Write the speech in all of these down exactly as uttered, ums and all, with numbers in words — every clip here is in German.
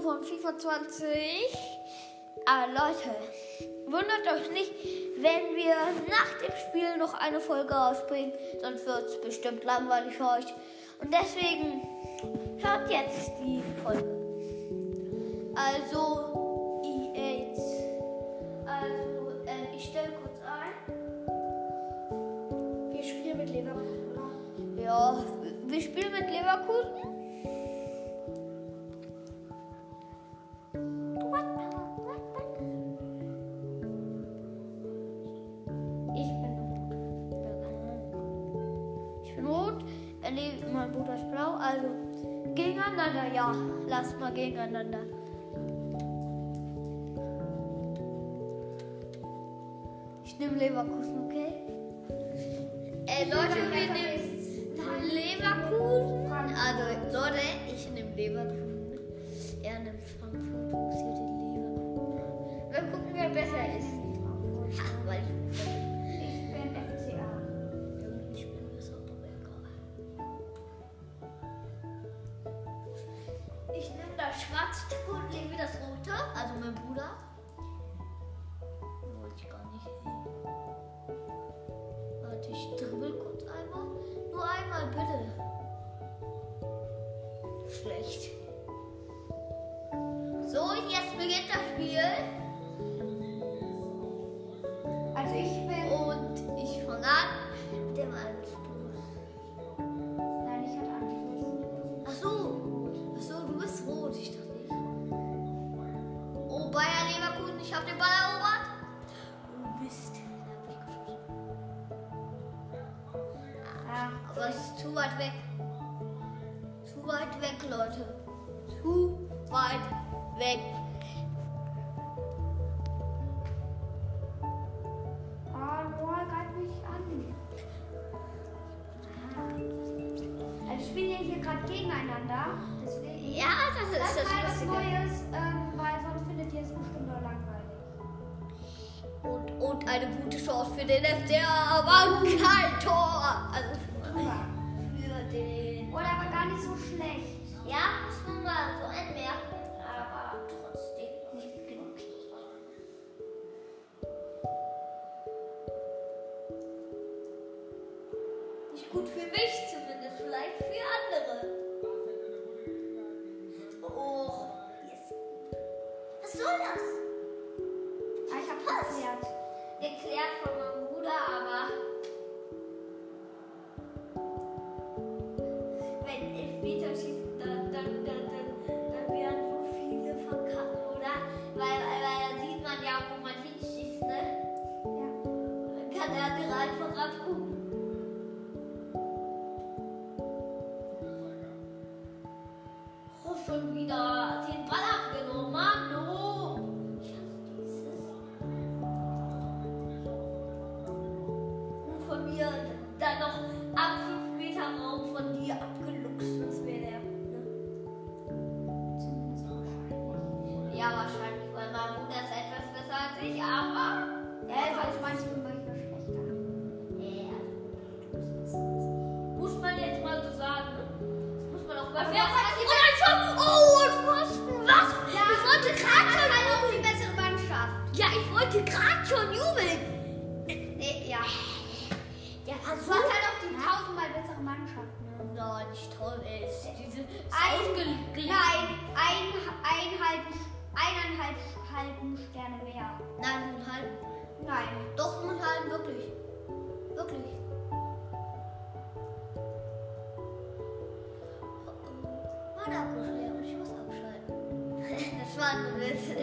von FIFA zwanzig. Aber Leute, wundert euch nicht, wenn wir nach dem Spiel noch eine Folge rausbringen, sonst wird es bestimmt langweilig für euch. Und deswegen hört jetzt die Folge. Also, E acht. Also, äh, ich stelle kurz ein. Wir spielen mit Leverkusen, oder? Ja, wir spielen mit Leverkusen. Mein Bruder ist blau, also gegeneinander, ja, lasst mal gegeneinander. Ich nehme Leverkusen, okay? Äh, Leute, wir nehmen Leverkusen. Also, Leute, ich nehme Leverkusen. Er nimmt Frankfurt, wo ist hier die Leverkusen? Wir gucken, wer besser ist. Ha, weil ich Ich bin F C A. Ich nehme das schwarze Trikot und lege das rote, also mein Bruder. Wollte ich gar nicht sehen. Warte, ich dribbel kurz einmal. Nur einmal, bitte. Schlecht. So, jetzt beginnt das Spiel. Also ich bin... Und ich fange an mit dem Anstoß. Nein, ich hatte Anstoß. Ach so. Ach so, du bist rot, ich dachte nicht. Oh, Bayer Leverkusen, ich habe den Ball erobert. Oh, Mist. Da hab ich geschossen. Ah, Aber es ist zu weit weg. Zu weit weg, Leute. Zu weit weg. ah, Noah, greif mich an. Ah. Also spielen wir hier gerade gegeneinander. Deswegen. Ja, das ist Das das ist mal was Lustige. Neues, ähm, weil sonst findet ihr es bestimmt nur langweilig. Und, und eine gute Chance für den F C A, aber kein Tor. Also für, für den. Oder aber gar nicht so schlecht. Ja, muss man mal so anmerken, aber trotzdem nicht genug. Nicht gut für mich zumindest, vielleicht für andere. Oh, yes. Was soll das? Ah, ich hab Was? geklärt. Geklärt von meinem Bruder, aber wenn Elfmeter schießen, dann, dann, dann, dann, dann werden so viele verkacken, oder? Weil, weil, weil da sieht man ja, wo man hinschießt, ne? Ja. Dann kann der andere einfach abgucken. Oh, schon wieder den Ball abgenommen, Mann, oh! Ich hasse dieses. Und von mir dann noch ab fünf Meter Raum von dir abgeluchst. Das wäre der. Ne? Zumindest wahrscheinlich. Ja, wahrscheinlich, weil mein Bruder ist etwas besser als ich, aber. Er ist als manchmal manchmal schlechter. Ja. Muss man jetzt mal so sagen, ne? Das muss man auch mal. Wer hat die oh, schon! Oh, und Pfosten! Was? Ja, ich wollte gerade schon halt auch jubeln. die bessere Mannschaft. Ja, ich wollte gerade schon jubeln. Nee, ja. Ja, Du also. hast halt auch die tausendmal bessere Mannschaft, ne? Nein, nicht toll ist. Diese Ein, ausgeglichen. nein, ein, eineinhalb, eineinhalb halben Sterne mehr. Nein, nun halb. Nein. Doch, nun halb, wirklich. Wirklich. Oh, oh. Mein Akku ist leer und ich muss abschalten. Das war nur ein Witz.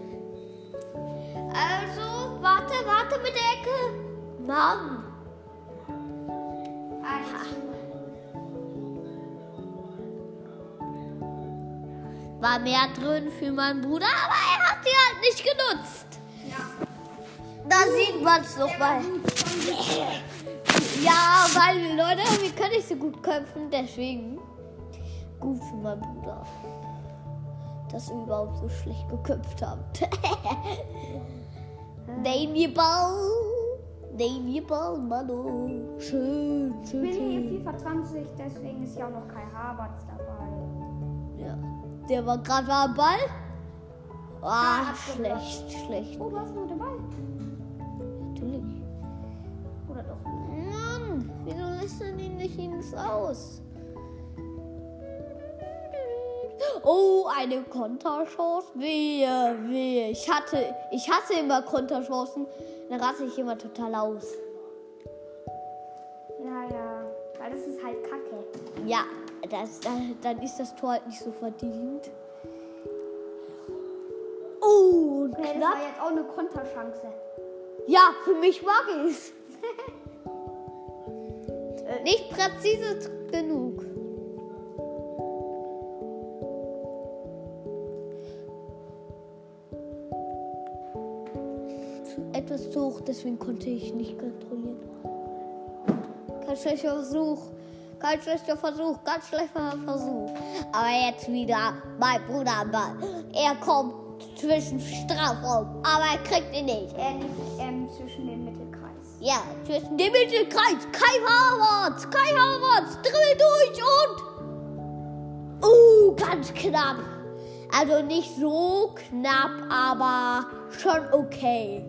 Also, warte, warte mit der Ecke. Mann. Also, War mehr drin für meinen Bruder, aber er hat sie halt nicht genutzt. ja. Da sieht man es doch mal. Ja, weil, Leute, wir können nicht so gut köpfen, deswegen gut für meinen Bruder, dass wir überhaupt so schlecht geköpft haben. Nehm mir Ball, nehm mir Ball, Mano. Schön, Ich schön, bin hier schön. FIFA zwanzig, deswegen ist ja auch noch Kai Havertz dabei. Ja. Der war gerade am Ball. Ah, Ah, schlecht, schlecht. Oh, du hast nur den Ball. Natürlich. Oder doch? Mann, wieso lässt du ihn nicht ins Aus? Oh, eine Konterchance. Wehe, wehe. Ich hatte, ich hasse immer Konterchancen. Dann raste ich immer total aus. Ja, ja. Weil das ist halt Kacke. Ja, das, dann, dann ist das Tor halt nicht so verdient. Oh, und Okay, das knapp. war jetzt auch eine Konterchance. Ja, für mich mag ich es. Nicht präzise genug. Etwas zu hoch, deswegen konnte ich nicht kontrollieren. Kein schlechter Versuch. Kein schlechter Versuch. Ganz schlechter Versuch. Aber jetzt wieder mein Bruder am Ball. Er kommt zwischen Strafraum, aber er kriegt ihn nicht. Er liegt ähm, zwischen dem Mittelkreis. Ja, zwischen dem Mittelkreis. Kai Havertz. Kai Havertz. Dribbel durch und... Uh, ganz knapp. Also nicht so knapp, aber schon okay.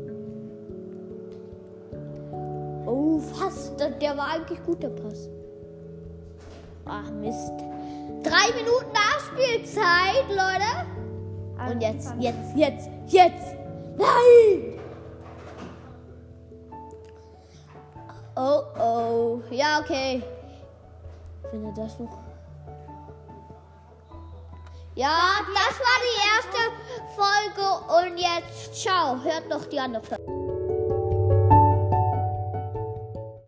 Oh, fast. Der war eigentlich gut, der Pass. Ach, Mist. Drei Minuten Nachspielzeit, Leute. Also Und jetzt, dann- jetzt, jetzt, jetzt. Nein! Oh, oh. Ja, okay. Wenn er das noch... Ja, das war die erste Folge. Und jetzt, ciao. Hört noch die andere Folge.